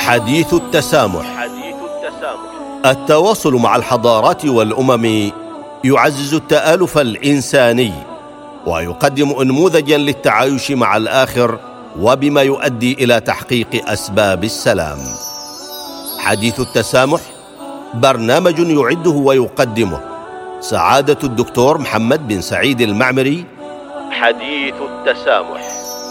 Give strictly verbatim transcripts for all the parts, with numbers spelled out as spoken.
حديث التسامح. حديث التسامح. التواصل مع الحضارات والأمم يعزز التآلف الإنساني ويقدم أنموذجا للتعايش مع الآخر وبما يؤدي إلى تحقيق أسباب السلام. حديث التسامح برنامج يعده ويقدمه سعادة الدكتور محمد بن سعيد المعمري. حديث التسامح.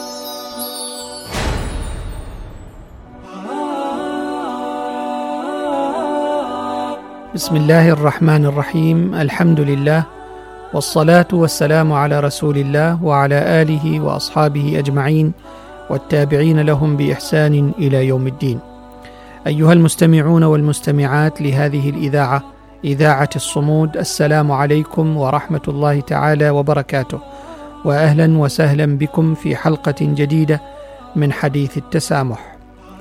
بسم الله الرحمن الرحيم. الحمد لله والصلاة والسلام على رسول الله وعلى آله وأصحابه أجمعين والتابعين لهم بإحسان إلى يوم الدين. أيها المستمعون والمستمعات لهذه الإذاعة، إذاعة الصمود، السلام عليكم ورحمة الله تعالى وبركاته، وأهلا وسهلا بكم في حلقة جديدة من حديث التسامح.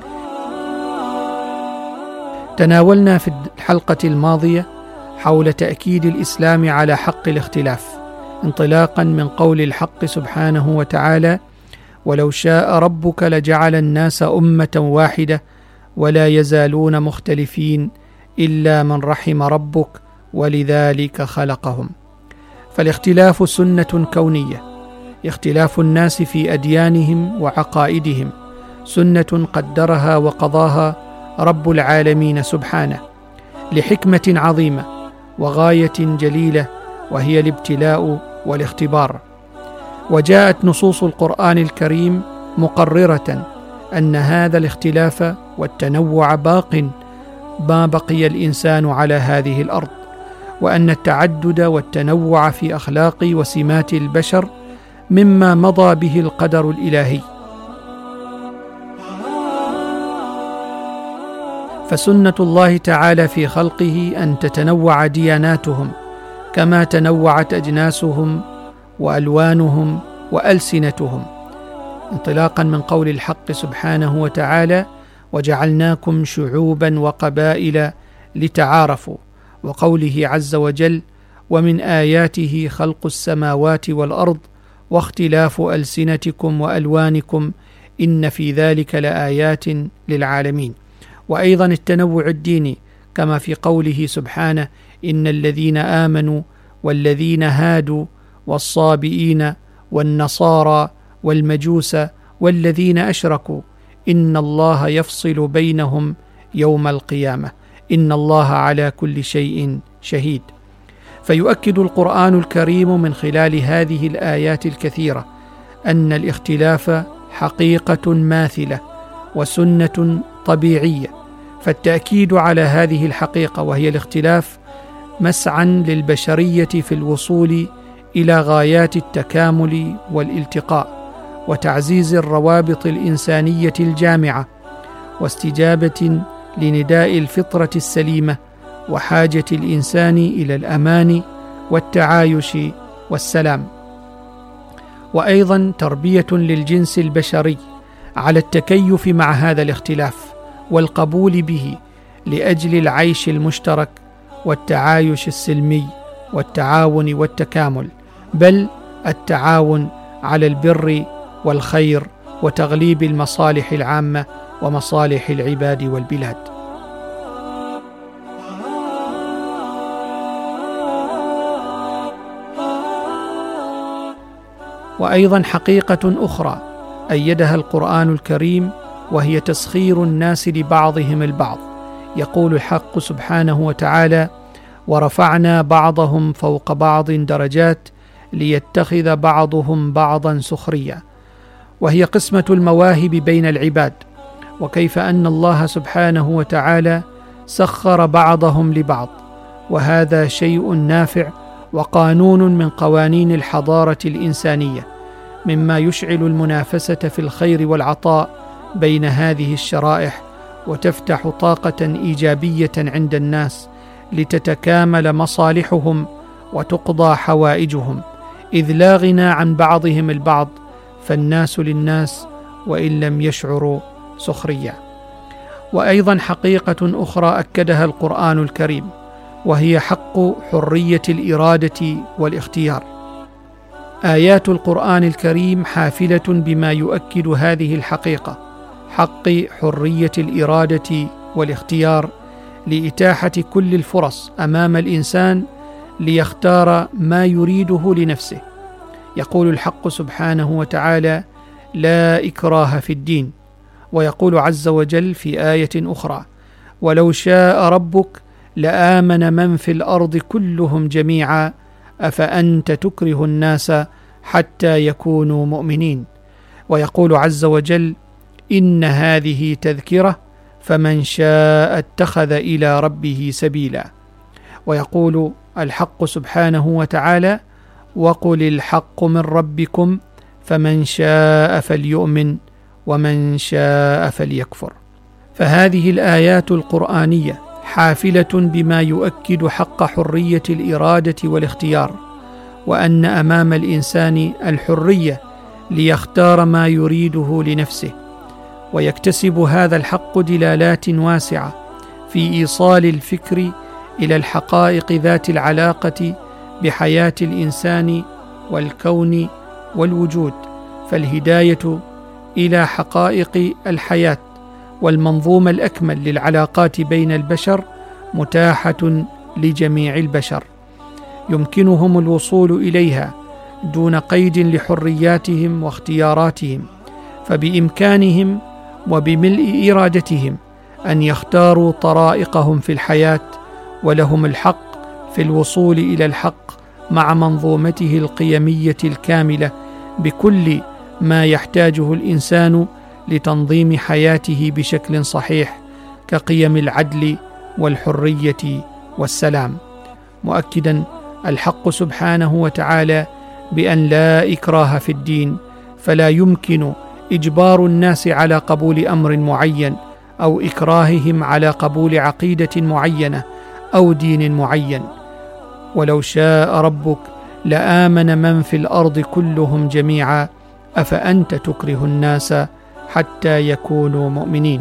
تناولنا في الحلقة الماضية حول تأكيد الإسلام على حق الاختلاف، انطلاقا من قول الحق سبحانه وتعالى: ولو شاء ربك لجعل الناس أمة واحدة ولا يزالون مختلفين إلا من رحم ربك ولذلك خلقهم. فالاختلاف سنة كونية، اختلاف الناس في أديانهم وعقائدهم سنة قدرها وقضاها رب العالمين سبحانه لحكمة عظيمة وغاية جليلة، وهي الابتلاء والاختبار. وجاءت نصوص القرآن الكريم مقررة أن هذا الاختلاف والتنوع باق ما بقي الإنسان على هذه الأرض، وأن التعدد والتنوع في أخلاق وسمات البشر مما مضى به القدر الإلهي. فسنة الله تعالى في خلقه أن تتنوع دياناتهم كما تنوعت أجناسهم وألوانهم وألسنتهم، انطلاقا من قول الحق سبحانه وتعالى: وجعلناكم شعوبا وقبائل لتعارفوا، وقوله عز وجل: ومن آياته خلق السماوات والأرض واختلاف ألسنتكم وألوانكم إن في ذلك لآيات للعالمين. وأيضا التنوع الديني كما في قوله سبحانه: إن الذين آمنوا والذين هادوا والصابئين والنصارى والمجوس والذين أشركوا إن الله يفصل بينهم يوم القيامة إن الله على كل شيء شهيد. فيؤكد القرآن الكريم من خلال هذه الآيات الكثيرة أن الاختلاف حقيقة ماثلة وسنة طبيعية، فالتأكيد على هذه الحقيقة وهي الاختلاف مسعى للبشرية في الوصول إلى غايات التكامل والالتقاء وتعزيز الروابط الإنسانية الجامعة، واستجابة لنداء الفطرة السليمة وحاجة الإنسان إلى الأمان والتعايش والسلام. وأيضا تربية للجنس البشري على التكيف مع هذا الاختلاف والقبول به لأجل العيش المشترك والتعايش السلمي والتعاون والتكامل، بل التعاون على البر والخير وتغليب المصالح العامة ومصالح العباد والبلاد. وأيضا حقيقة أخرى أيدها القرآن الكريم وهي تسخير الناس لبعضهم البعض. يقول الحق سبحانه وتعالى: ورفعنا بعضهم فوق بعض درجات ليتخذ بعضهم بعضا سخريا، وهي قسمة المواهب بين العباد، وكيف أن الله سبحانه وتعالى سخر بعضهم لبعض، وهذا شيء نافع وقانون من قوانين الحضارة الإنسانية، مما يشعل المنافسة في الخير والعطاء بين هذه الشرائح، وتفتح طاقة إيجابية عند الناس لتتكامل مصالحهم وتقضى حوائجهم، إذ لا غنى عن بعضهم البعض، فالناس للناس وإن لم يشعروا سخريا. وأيضا حقيقة أخرى أكدها القرآن الكريم وهي حق حرية الإرادة والاختيار. آيات القرآن الكريم حافلة بما يؤكد هذه الحقيقة، حق حرية الإرادة والاختيار لإتاحة كل الفرص أمام الإنسان ليختار ما يريده لنفسه. يقول الحق سبحانه وتعالى: لا إكراه في الدين. ويقول عز وجل في آية أخرى: ولو شاء ربك لآمن من في الأرض كلهم جميعا أفأنت تكره الناس حتى يكونوا مؤمنين. ويقول عز وجل: إن هذه تذكرة فمن شاء اتخذ إلى ربه سبيلا. ويقول الحق سبحانه وتعالى: وقل الحق من ربكم فمن شاء فليؤمن ومن شاء فليكفر. فهذه الآيات القرآنية حافلة بما يؤكد حق حرية الإرادة والاختيار، وأن أمام الإنسان الحرية ليختار ما يريده لنفسه. ويكتسب هذا الحق دلالات واسعة في إيصال الفكر إلى الحقائق ذات العلاقة بحياة الإنسان والكون والوجود، فالهداية إلى حقائق الحياة والمنظومة الأكمل للعلاقات بين البشر متاحة لجميع البشر، يمكنهم الوصول إليها دون قيد لحرياتهم واختياراتهم، فبإمكانهم وبملء إرادتهم أن يختاروا طرائقهم في الحياة، ولهم الحق في الوصول إلى الحق مع منظومته القيمية الكاملة بكل ما يحتاجه الإنسان لتنظيم حياته بشكل صحيح، كقيم العدل والحرية والسلام، مؤكدا الحق سبحانه وتعالى بأن لا إكراه في الدين، فلا يمكن إجبار الناس على قبول أمر معين أو إكراههم على قبول عقيدة معينة أو دين معين. ولو شاء ربك لآمن من في الأرض كلهم جميعا أفأنت تكره الناس حتى يكونوا مؤمنين.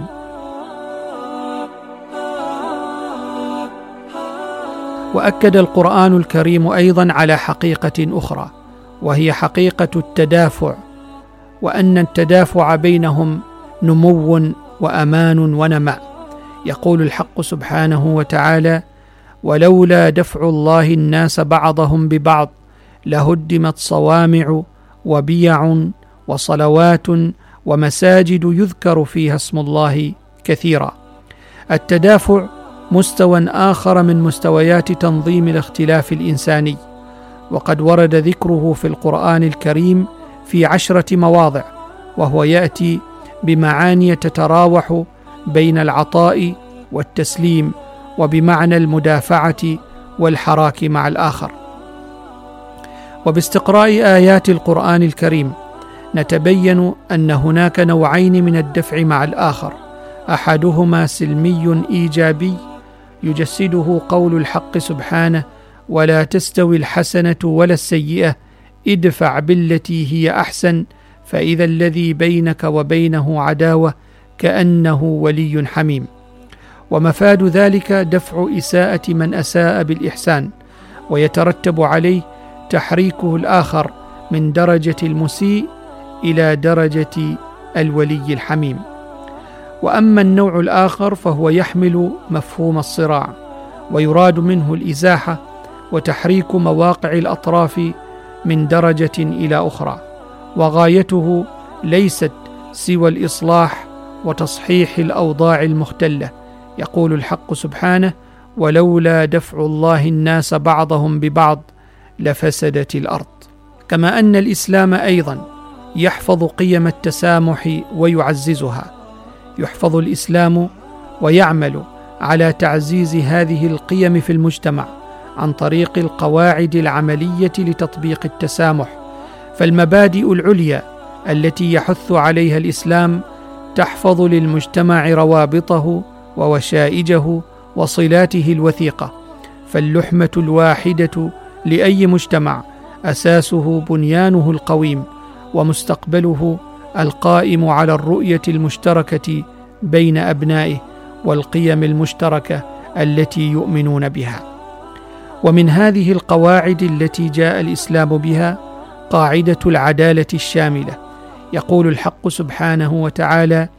وأكد القرآن الكريم أيضا على حقيقة أخرى، وهي حقيقة التدافع، وأن التدافع بينهم نمو وأمان ونماء. يقول الحق سبحانه وتعالى: ولولا دفع الله الناس بعضهم ببعض لهدمت صوامع وبيع وصلوات ومساجد يذكر فيها اسم الله كثيرا. التدافع مستوى آخر من مستويات تنظيم الاختلاف الإنساني، وقد ورد ذكره في القرآن الكريم في عشرة مواضع، وهو يأتي بمعاني تتراوح بين العطاء والتسليم، وبمعنى المدافعة والحراك مع الآخر. وباستقراء آيات القرآن الكريم نتبين أن هناك نوعين من الدفع مع الآخر، أحدهما سلمي إيجابي يجسده قول الحق سبحانه: ولا تستوي الحسنة ولا السيئة ادفع بالتي هي أحسن فإذا الذي بينك وبينه عداوة كأنه ولي حميم. ومفاد ذلك دفع إساءة من أساء بالإحسان، ويترتب عليه تحريكه الآخر من درجة المسيء إلى درجة الولي الحميم. وأما النوع الآخر فهو يحمل مفهوم الصراع، ويراد منه الإزاحة وتحريك مواقع الأطراف من درجة إلى أخرى، وغايته ليست سوى الإصلاح وتصحيح الأوضاع المختلة. يقول الحق سبحانه: ولولا دفع الله الناس بعضهم ببعض لفسدت الأرض. كما أن الإسلام أيضا يحفظ قيم التسامح ويعززها، يحفظ الإسلام ويعمل على تعزيز هذه القيم في المجتمع عن طريق القواعد العملية لتطبيق التسامح. فالمبادئ العليا التي يحث عليها الإسلام تحفظ للمجتمع روابطه ووشائجه وصلاته الوثيقة، فاللحمة الواحدة لأي مجتمع أساسه بنيانه القويم ومستقبله القائم على الرؤية المشتركة بين أبنائه والقيم المشتركة التي يؤمنون بها. ومن هذه القواعد التي جاء الإسلام بها قاعدة العدالة الشاملة. يقول الحق سبحانه وتعالى: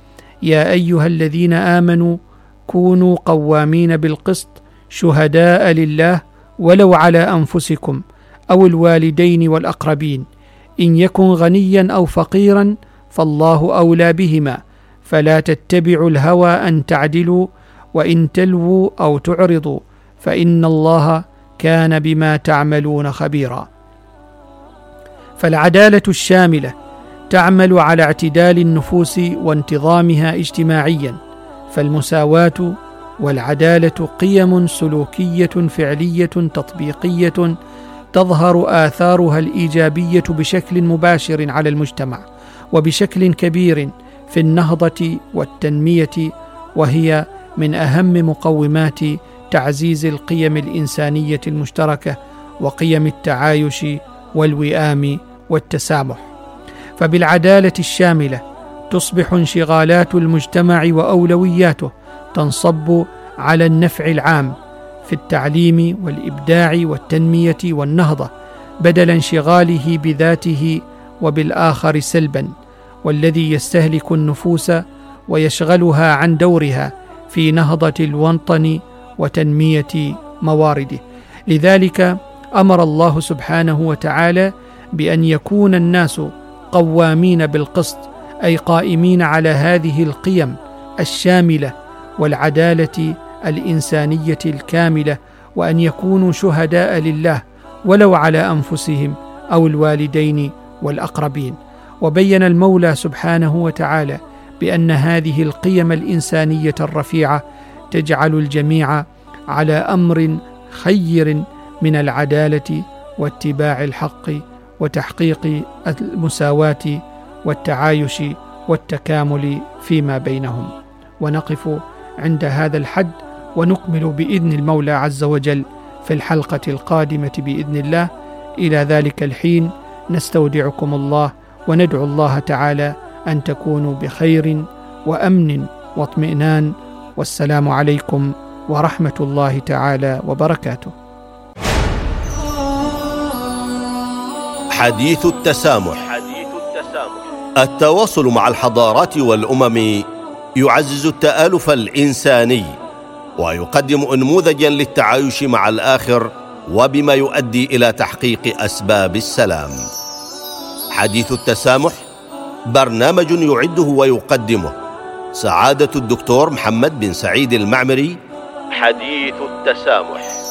يا أيها الذين آمنوا كونوا قوامين بالقسط شهداء لله ولو على أنفسكم أو الوالدين والأقربين إن يكن غنيا أو فقيرا فالله أولى بهما فلا تتبعوا الهوى أن تعدلوا وإن تلووا أو تعرضوا فإن الله كان بما تعملون خبيرا. فالعدالة الشاملة تعمل على اعتدال النفوس وانتظامها اجتماعيا، فالمساواة والعدالة قيم سلوكية فعلية تطبيقية تظهر آثارها الإيجابية بشكل مباشر على المجتمع وبشكل كبير في النهضة والتنمية، وهي من أهم مقومات تعزيز القيم الإنسانية المشتركة وقيم التعايش والوئام والتسامح. فبالعدالة الشاملة تصبح انشغالات المجتمع وأولوياته تنصب على النفع العام في التعليم والإبداع والتنمية والنهضة بدل انشغاله بذاته وبالآخر سلبا، والذي يستهلك النفوس ويشغلها عن دورها في نهضة الوطن وتنمية موارده. لذلك أمر الله سبحانه وتعالى بأن يكون الناس قوامين بالقسط، أي قائمين على هذه القيم الشاملة والعدالة الإنسانية الكاملة، وأن يكونوا شهداء لله ولو على أنفسهم أو الوالدين والأقربين. وبين المولى سبحانه وتعالى بأن هذه القيم الإنسانية الرفيعة تجعل الجميع على أمر خير من العدالة واتباع الحق وتحقيق المساواة والتعايش والتكامل فيما بينهم. ونقف عند هذا الحد ونكمل بإذن المولى عز وجل في الحلقة القادمة بإذن الله. إلى ذلك الحين نستودعكم الله وندعو الله تعالى أن تكونوا بخير وأمن واطمئنان، والسلام عليكم ورحمة الله تعالى وبركاته. حديث التسامح. حديث التسامح. التواصل مع الحضارات والأمم يعزز التآلف الإنساني ويقدم أنموذجا للتعايش مع الآخر، وبما يؤدي إلى تحقيق أسباب السلام. حديث التسامح برنامج يعده ويقدمه سعادة الدكتور محمد بن سعيد المعمري. حديث التسامح.